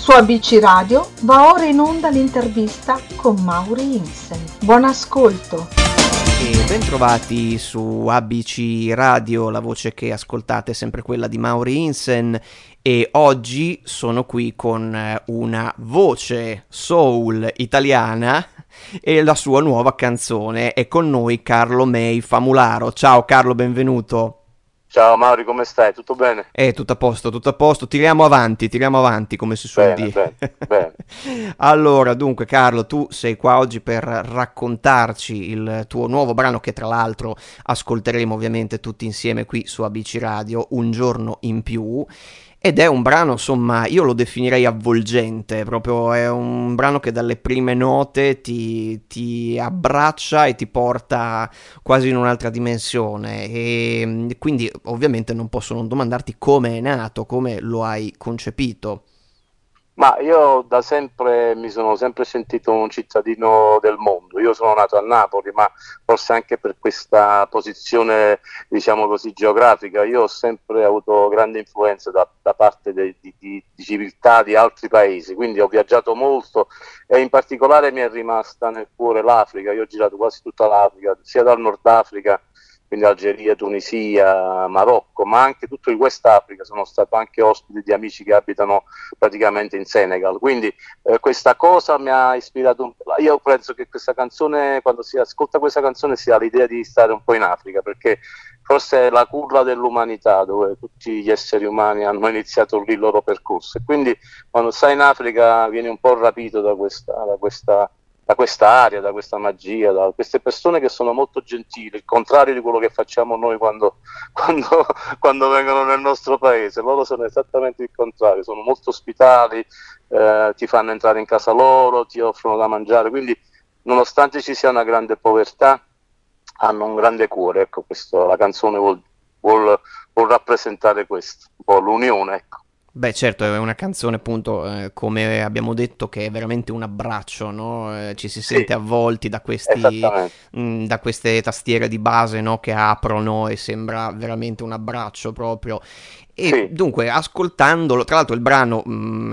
Su ABC Radio va ora in onda l'intervista con Mauri Insen. Buon ascolto! E bentrovati su ABC Radio, la voce che ascoltate è sempre quella di Mauri Insen e oggi sono qui con una voce soul italiana e la sua nuova canzone. È con noi Carlo May Famularo. Ciao Carlo, benvenuto. Ciao Mauri, come stai? Tutto bene? Tutto a posto, tiriamo avanti, come si suol Bene, dire. bene. Allora, dunque, Carlo, tu sei qua oggi per raccontarci il tuo nuovo brano che tra l'altro ascolteremo ovviamente tutti insieme qui su ABC Radio, Un giorno in più. Ed è un brano, insomma, io lo definirei avvolgente, proprio è un brano che dalle prime note ti abbraccia e ti porta quasi in un'altra dimensione e quindi ovviamente non posso non domandarti come è nato, come lo hai concepito. Ma io da sempre mi sono sempre sentito un cittadino del mondo. Io sono nato a Napoli, ma forse anche per questa posizione, diciamo così, geografica, io ho sempre avuto grande influenza da parte di civiltà di altri paesi, quindi ho viaggiato molto e in particolare mi è rimasta nel cuore l'Africa. Io ho girato quasi tutta l'Africa, sia dal Nord Africa, quindi Algeria, Tunisia, Marocco, ma anche tutto il West Africa. Sono stato anche ospite di amici che abitano praticamente in Senegal, quindi questa cosa mi ha ispirato un po'. Io penso che questa canzone, quando si ascolta questa canzone, si ha l'idea di stare un po' in Africa, perché forse è la culla dell'umanità, dove tutti gli esseri umani hanno iniziato lì il loro percorso, e quindi quando stai in Africa vieni un po' rapito da questa aria, da questa magia, da queste persone che sono molto gentili, il contrario di quello che facciamo noi quando vengono nel nostro paese. Loro sono esattamente il contrario, sono molto ospitali, ti fanno entrare in casa loro, ti offrono da mangiare, quindi nonostante ci sia una grande povertà, hanno un grande cuore. Ecco, la canzone vuol rappresentare questo, un po' l'unione, ecco. Beh, certo, è una canzone appunto, come abbiamo detto, che è veramente un abbraccio, no? Ci si Sì, sente avvolti da esattamente. da queste tastiere di base, no? Che aprono e sembra veramente un abbraccio proprio. E Sì, dunque, ascoltandolo, tra l'altro il brano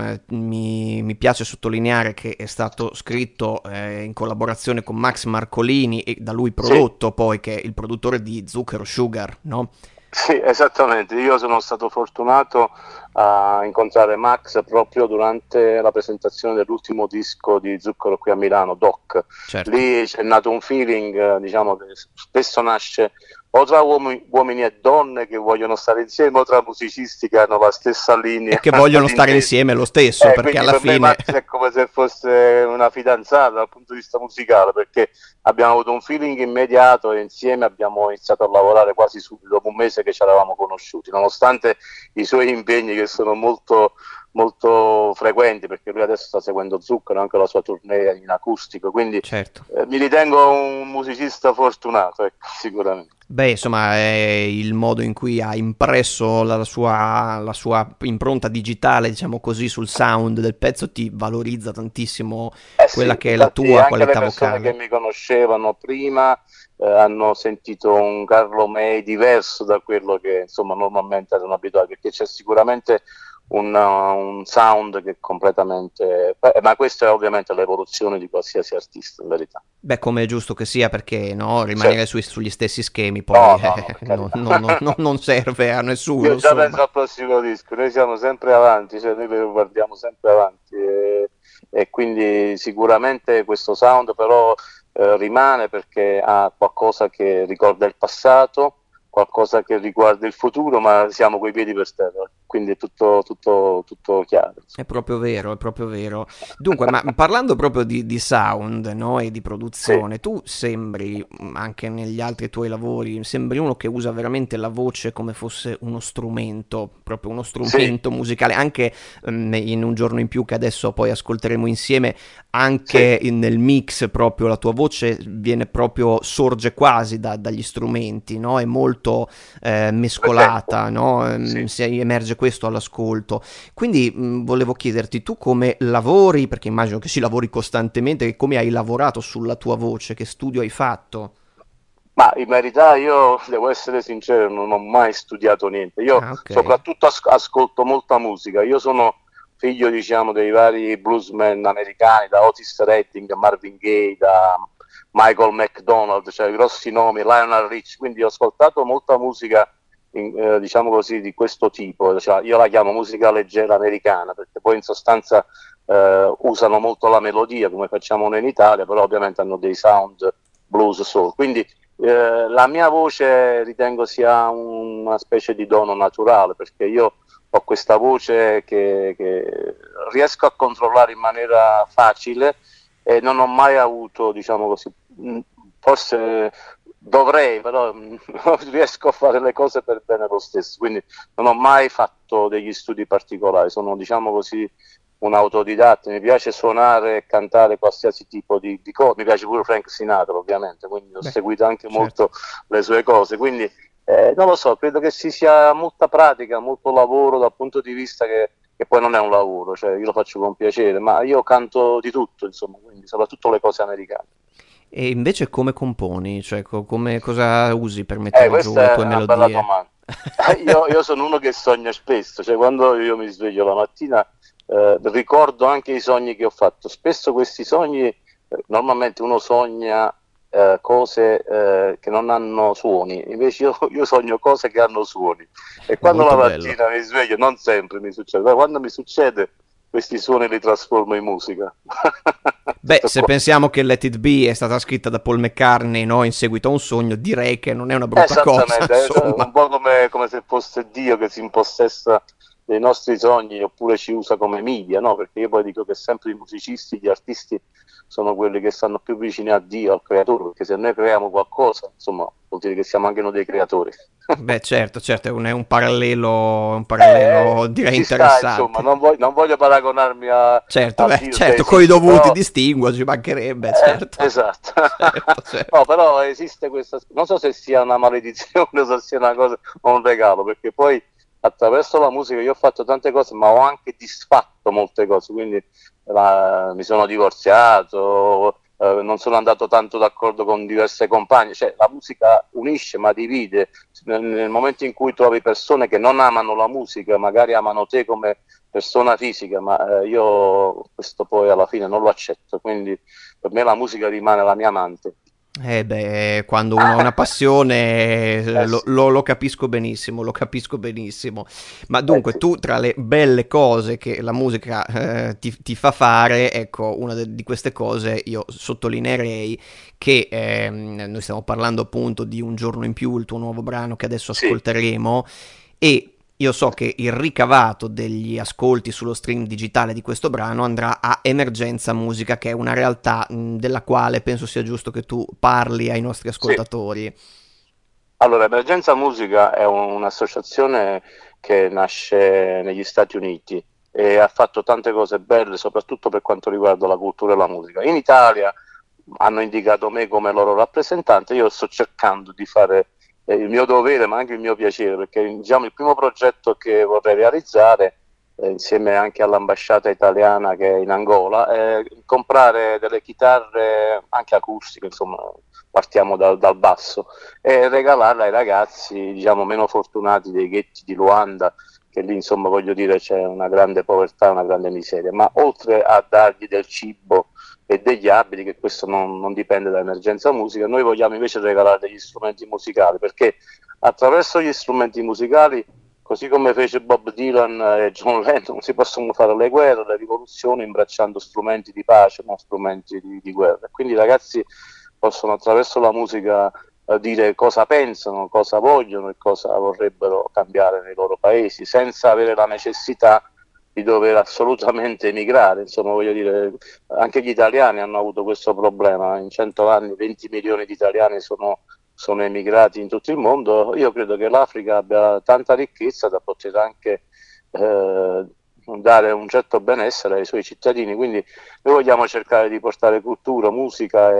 mi piace sottolineare che è stato scritto in collaborazione con Max Marcolini e da lui sì. prodotto poi, che è il produttore di Zucchero Sugar, no? Sì, esattamente. Io sono stato fortunato a incontrare Max proprio durante la presentazione dell'ultimo disco di Zucchero qui a Milano, Doc. Certo. Lì c'è nato un feeling, diciamo, che spesso nasce o tra uomini e donne che vogliono stare insieme, o tra musicisti che hanno la stessa E linea che vogliono di stare intesa. insieme lo stesso, perché Quindi alla per me fine... Max è come se fosse una fidanzata dal punto di vista musicale, perché abbiamo avuto un feeling immediato e insieme abbiamo iniziato a lavorare quasi subito, dopo un mese che ci eravamo conosciuti, nonostante i suoi impegni che sono molto frequenti, perché lui adesso sta seguendo Zucchero, anche la sua tournée in acustico, quindi Certo. mi ritengo un musicista fortunato, ecco, sicuramente. Beh, insomma, è il modo in cui ha impresso la sua impronta digitale, diciamo così, sul sound del pezzo, ti valorizza tantissimo Eh quella sì, che è la infatti tua anche le qualità persone che vocale. mi conoscevano prima hanno sentito un Carlo May diverso da quello che insomma normalmente erano abituati, perché c'è sicuramente un sound che è completamente... ma questo è ovviamente l'evoluzione di qualsiasi artista, in verità. Beh, come è giusto che sia, perché no, rimanere Certo. sugli stessi schemi poi No, no, no, per carità. non serve a nessuno, Io già insomma. penso al prossimo disco, noi siamo sempre avanti, cioè noi guardiamo sempre avanti e quindi sicuramente questo sound però rimane perché ha qualcosa che ricorda il passato, qualcosa che riguarda il futuro, ma siamo coi piedi per terra, quindi è tutto chiaro. È proprio vero, è proprio vero. Dunque, ma parlando proprio di sound, no, e di Sì, produzione, tu sembri, anche negli altri tuoi lavori, sembri uno che usa veramente la voce come fosse uno strumento, proprio uno sì, strumento musicale, anche in Un giorno in più che adesso poi ascolteremo insieme, sì, anche nel mix proprio la tua voce viene proprio, sorge quasi dagli strumenti, no? È molto presente, mescolata, no? sì. Emerge questo all'ascolto. Quindi volevo chiederti tu come lavori, perché immagino che ci lavori costantemente, che come hai lavorato sulla tua voce, che studio hai fatto? Ma in verità io devo essere sincero, non ho mai studiato niente. Io Ah, ok, soprattutto ascolto molta musica. Io sono figlio diciamo dei vari bluesmen americani, da Otis Redding, Marvin Gaye, da Michael McDonald, cioè grossi nomi, Lionel Rich, quindi ho ascoltato molta musica diciamo così di questo tipo, cioè, io la chiamo musica leggera americana perché poi in sostanza usano molto la melodia come facciamo noi in Italia, però ovviamente hanno dei sound blues soul, quindi la mia voce ritengo sia una specie di dono naturale perché io ho questa voce che riesco a controllare in maniera facile e non ho mai avuto, diciamo così, forse dovrei, però riesco a fare le cose per bene lo stesso, quindi non ho mai fatto degli studi particolari, sono diciamo così un autodidatta, mi piace suonare e cantare qualsiasi tipo di cose, mi piace pure Frank Sinatra ovviamente, quindi ho seguito anche molto le sue cose, quindi non lo so, credo che ci sia molta pratica, molto lavoro dal punto di vista che poi non è un lavoro, cioè io lo faccio con piacere, ma io canto di tutto, insomma, quindi soprattutto le cose americane. E invece come componi? Cioè, cosa usi per mettere giù le Questa è tue una bella melodie? domanda. Io sono uno che sogna spesso, cioè quando io mi sveglio la mattina ricordo anche i sogni che ho fatto. Spesso questi sogni, normalmente uno sogna cose che non hanno suoni, invece io sogno cose che hanno suoni. E quando la Molto bello. mattina mi sveglio, non sempre mi succede, ma quando mi succede, questi suoni li trasformo in musica. Beh, Tutto se qua. pensiamo che Let It Be è stata scritta da Paul McCartney, no, in seguito a un sogno, direi che non è una brutta cosa, Esattamente, insomma. un po' come se fosse Dio che si impossessa dei nostri sogni oppure ci usa come media, no? Perché io poi dico che sempre i musicisti, gli artisti sono quelli che stanno più vicini a Dio, al creatore, perché se noi creiamo qualcosa, insomma, vuol dire che siamo anche noi dei creatori. Beh, certo, certo, è un parallelo direi Ci sta, insomma, interessante. non voglio paragonarmi Certo, a beh, Dio se certo, coi esiste, dovuti però distinguo ci mancherebbe, certo. esatto. Certo, No, certo. però esiste questa, non so se sia una maledizione o se sia una cosa o un regalo, perché poi attraverso la musica io ho fatto tante cose, ma ho anche disfatto molte cose, quindi mi sono divorziato, non sono andato tanto d'accordo con diverse compagne, cioè la musica unisce ma divide, nel momento in cui trovi persone che non amano la musica, magari amano te come persona fisica, ma io questo poi alla fine non lo accetto, quindi per me la musica rimane la mia amante. Eh beh, quando uno ha una passione Sì, lo capisco benissimo, lo capisco benissimo. Ma dunque, sì, tu tra le belle cose che la musica ti fa fare, ecco, di queste cose io sottolineerei che noi stiamo parlando appunto di Un giorno in più, il tuo nuovo brano che adesso sì, ascolteremo, e io so che il ricavato degli ascolti sullo stream digitale di questo brano andrà a Emergenza Musica, che è una realtà della quale penso sia giusto che tu parli ai nostri sì. ascoltatori. Allora, Emergenza Musica è un'associazione che nasce negli Stati Uniti e ha fatto tante cose belle, soprattutto per quanto riguarda la cultura e la musica. In Italia hanno indicato me come loro rappresentante, io sto cercando di fare il mio dovere, ma anche il mio piacere, perché diciamo, il primo progetto che vorrei realizzare, insieme anche all'ambasciata italiana che è in Angola, è comprare delle chitarre anche acustiche, insomma, partiamo dal basso e regalarla ai ragazzi, diciamo, meno fortunati dei ghetti di Luanda, che lì, insomma, voglio dire, c'è una grande povertà, una grande miseria, ma oltre a dargli del cibo e degli abiti, che questo non dipende dall'emergenza musica, noi vogliamo invece regalare degli strumenti musicali, perché attraverso gli strumenti musicali, così come fece Bob Dylan e John Lennon, si possono fare le guerre, le rivoluzioni, imbracciando strumenti di pace, non strumenti di guerra. Quindi i ragazzi possono attraverso la musica dire cosa pensano, cosa vogliono e cosa vorrebbero cambiare nei loro paesi, senza avere la necessità di dover assolutamente emigrare. Insomma, voglio dire, anche gli italiani hanno avuto questo problema. In 100 anni 20 milioni di italiani sono emigrati in tutto il mondo. Io credo che l'Africa abbia tanta ricchezza da poter anche eh, dare un certo benessere ai suoi cittadini, quindi noi vogliamo cercare di portare cultura, musica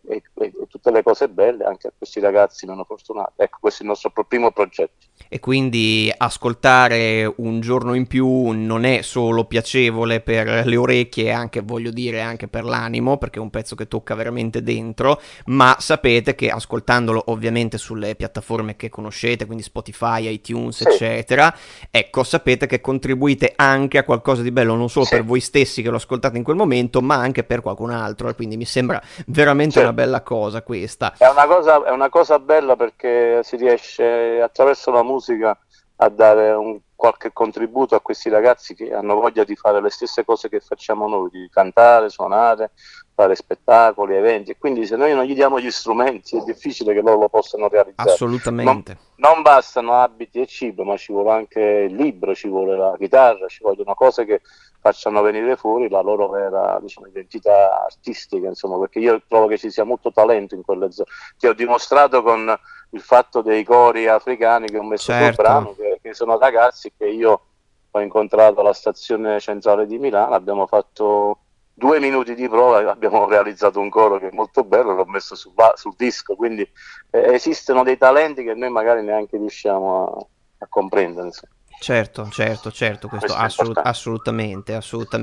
e tutte le cose belle anche a questi ragazzi meno fortunati. Ecco, questo è il nostro primo progetto. E quindi ascoltare Un giorno in più non è solo piacevole per le orecchie, anche voglio dire anche per l'animo, perché è un pezzo che tocca veramente dentro, ma sapete che ascoltandolo ovviamente sulle piattaforme che conoscete, quindi Spotify, iTunes, Sì, eccetera, ecco, sapete che contribuite anche crea qualcosa di bello non solo sì, per voi stessi che lo ascoltate in quel momento, ma anche per qualcun altro, e quindi mi sembra veramente una bella cosa questa. è una cosa bella perché si riesce attraverso la musica a dare un qualche contributo a questi ragazzi che hanno voglia di fare le stesse cose che facciamo noi, di cantare, suonare, fare spettacoli, eventi, e quindi se noi non gli diamo gli strumenti è difficile che loro lo possano realizzare. Assolutamente. Non bastano abiti e cibo, ma ci vuole anche il libro, ci vuole la chitarra, ci vogliono cose che facciano venire fuori la loro vera, diciamo, identità artistica, insomma, perché io trovo che ci sia molto talento in quelle zone. Ti ho dimostrato con il fatto dei cori africani che ho messo sul brano, che sono ragazzi che io ho incontrato alla stazione centrale di Milano, abbiamo fatto 2 minuti di prova e abbiamo realizzato un coro che è molto bello, l'ho messo sul disco, quindi esistono dei talenti che noi magari neanche riusciamo a comprendere, insomma. Certo, questo assolutamente.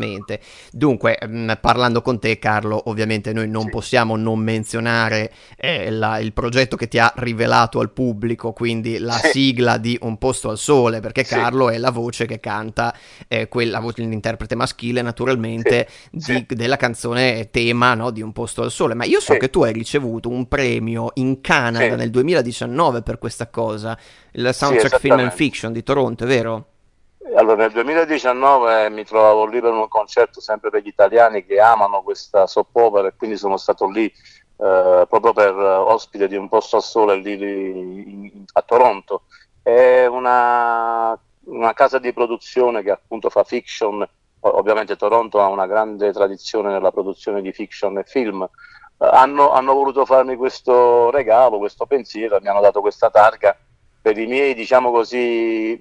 Dunque, parlando con te, Carlo, ovviamente noi non possiamo non menzionare il progetto che ti ha rivelato al pubblico, quindi la sigla di Un posto al sole, perché Carlo è la voce che canta, l'interprete maschile naturalmente della canzone tema, no, di Un posto al sole. Ma io so che tu hai ricevuto un premio in Canada nel 2019 per questa cosa, il Soundtrack Film and Fiction di Toronto, è vero? Allora, nel 2019 mi trovavo lì per un concerto sempre per gli italiani che amano questa soap opera, e quindi sono stato lì proprio per ospite di Un posto al sole lì a Toronto. È una casa di produzione che appunto fa fiction. Ovviamente Toronto ha una grande tradizione nella produzione di fiction e film. Hanno voluto farmi questo regalo, questo pensiero, mi hanno dato questa targa per i miei, diciamo così,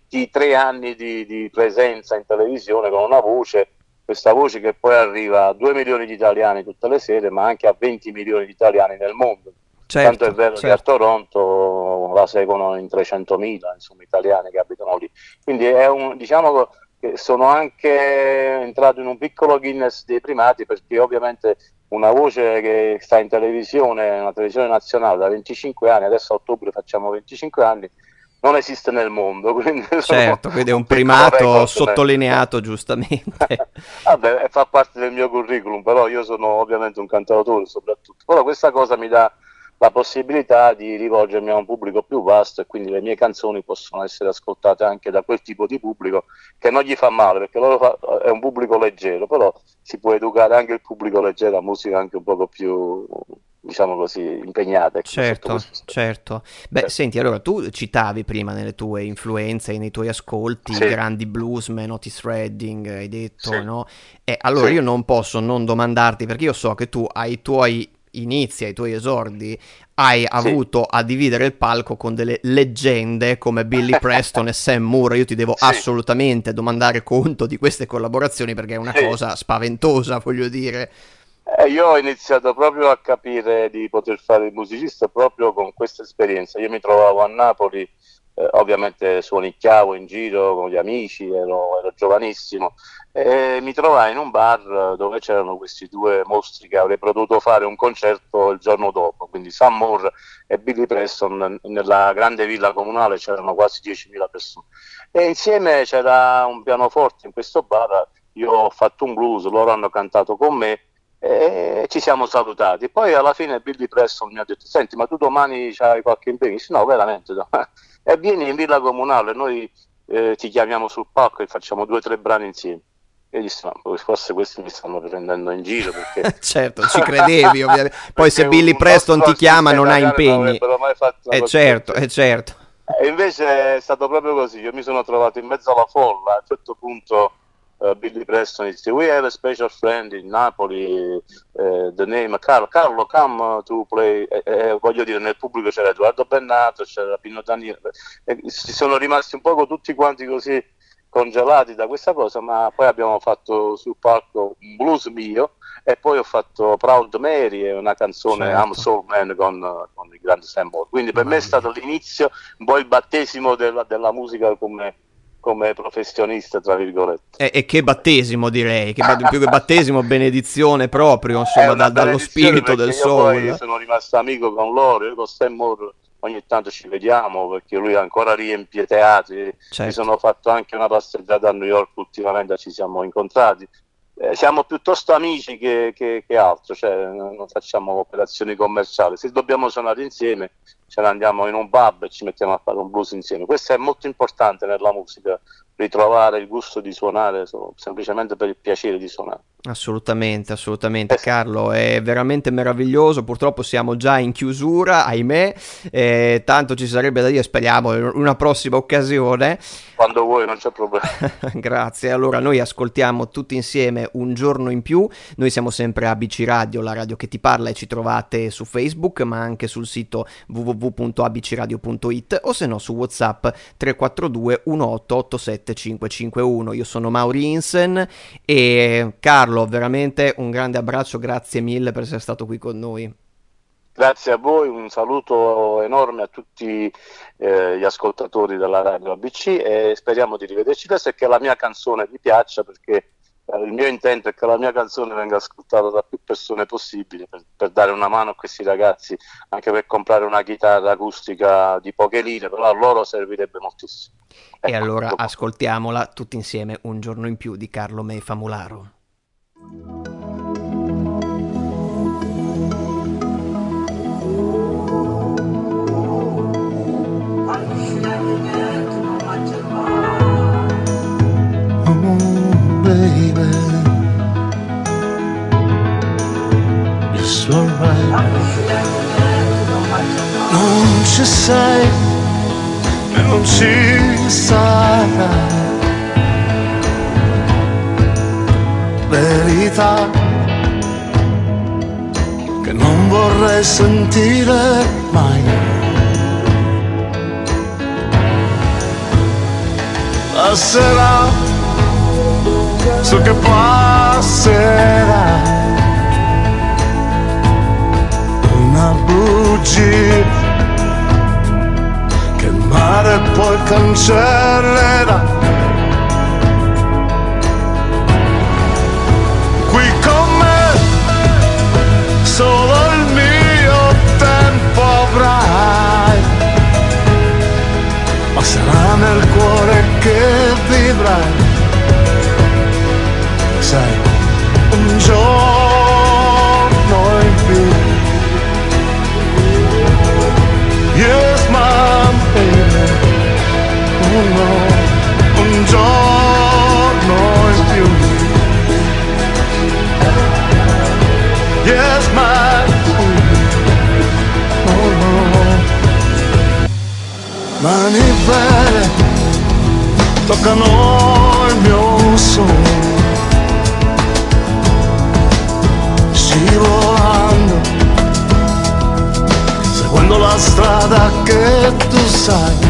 23 anni di presenza in televisione con una voce, questa voce che poi arriva a 2 milioni di italiani tutte le sere, ma anche a 20 milioni di italiani nel mondo. Tanto è vero che a Toronto la seguono in 300.000, insomma, italiani che abitano lì. Quindi diciamo che sono anche entrato in un piccolo Guinness dei primati, perché ovviamente una voce che sta in televisione, una televisione nazionale da 25 anni, adesso a ottobre facciamo 25 anni, non esiste nel mondo. Quindi quindi è un primato sottolineato giustamente. Vabbè, fa parte del mio curriculum, però io sono ovviamente un cantautore soprattutto. Però questa cosa mi dà la possibilità di rivolgermi a un pubblico più vasto, e quindi le mie canzoni possono essere ascoltate anche da quel tipo di pubblico che non gli fa male, perché è un pubblico leggero, però si può educare anche il pubblico leggero a musica anche un poco più, diciamo così, impegnate. Certo. Beh, senti, allora tu citavi prima nelle tue influenze, nei tuoi ascolti, grandi bluesmen, Otis Redding, hai detto, no? Allora io non posso non domandarti, perché io so che tu ai tuoi inizi, ai tuoi esordi, hai avuto a dividere il palco con delle leggende come Billy Preston e Sam Moore. Io ti devo assolutamente domandare conto di queste collaborazioni, perché è una cosa spaventosa, voglio dire. Io ho iniziato proprio a capire di poter fare il musicista proprio con questa esperienza. Io mi trovavo a Napoli, ovviamente suonicchiavo in giro con gli amici, ero giovanissimo, e mi trovai in un bar dove c'erano questi due mostri che avrei potuto fare un concerto il giorno dopo, quindi Sam Moore e Billy Preston. Nella grande villa comunale c'erano quasi 10.000 persone, e insieme c'era un pianoforte in questo bar. Io ho fatto un blues, loro hanno cantato con me e ci siamo salutati. Poi alla fine Billy Preston mi ha detto: senti, ma tu domani c'hai qualche impegno? No, veramente no. E vieni in villa comunale, noi ti chiamiamo sul palco e facciamo 2 o 3 brani insieme. E io dissi: ma forse questi mi stanno prendendo in giro, perché certo, ci credevi ovviamente. Poi se Billy Preston ti chiama non ha impegni. Mai fatto certo. E invece è stato proprio così. Io mi sono trovato in mezzo alla folla. A un certo punto Billy Preston disse: we have a special friend in Napoli, the name Carlo, come to play. Voglio dire, nel pubblico c'era Edoardo Bennato, c'era Pino Daniele, si sono rimasti un poco tutti quanti così congelati da questa cosa, ma poi abbiamo fatto sul palco un blues mio, e poi ho fatto Proud Mary, e una canzone I'm Soul Man con il grande Sam Moore. Quindi per me è stato l'inizio, un po' il battesimo della musica come professionista, tra virgolette. E che battesimo, direi, più che battesimo, benedizione proprio, insomma, dallo spirito del soul. Io poi sono rimasto amico con loro, io con Sam Moore ogni tanto ci vediamo perché lui ancora riempie teatri, Certo. Mi sono fatto anche una passeggiata a New York ultimamente, ci siamo incontrati. Siamo piuttosto amici che altro, cioè non facciamo operazioni commerciali. Se dobbiamo suonare insieme, ce ne andiamo in un pub e ci mettiamo a fare un blues insieme. Questo è molto importante nella musica, ritrovare il gusto di suonare semplicemente per il piacere di suonare. Assolutamente, assolutamente. Carlo, è veramente meraviglioso. Purtroppo siamo già in chiusura, ahimè, tanto ci sarebbe da dire, speriamo in una prossima occasione. Quando vuoi, non c'è problema. Grazie. Allora noi ascoltiamo tutti insieme Un giorno in più. Noi siamo sempre ABC Radio, la radio che ti parla, e ci trovate su Facebook ma anche sul sito www.abcradio.it o se no su WhatsApp 342 1887 551. Io sono Mauri Insen e Carlo, veramente un grande abbraccio, grazie mille per essere stato qui con noi. Grazie a voi, un saluto enorme a tutti gli ascoltatori della radio ABC e speriamo di rivederci presto e che la mia canzone vi piaccia, perché il mio intento è che la mia canzone venga ascoltata da più persone possibili per dare una mano a questi ragazzi, anche per comprare una chitarra acustica di poche lire, però a loro servirebbe moltissimo. E allora ascoltiamola tutti insieme, Un giorno in più di Carlo May Famularo. Baby, yes, you're right. Non ci sei e non ci sarai. Verità che non vorrei sentire mai. Passerà, so che passerà, una bugia che il mare poi cancellerà. Qui con me solo il mio tempo avrai, ma sarà nel cuore che vivrai. Sai, un giorno in più. Yes, my baby. Oh no, un giorno in più. Yes, my baby. Oh no. Mani vere toccano il mio sogno, scivolando, seguendo la strada che tu sai.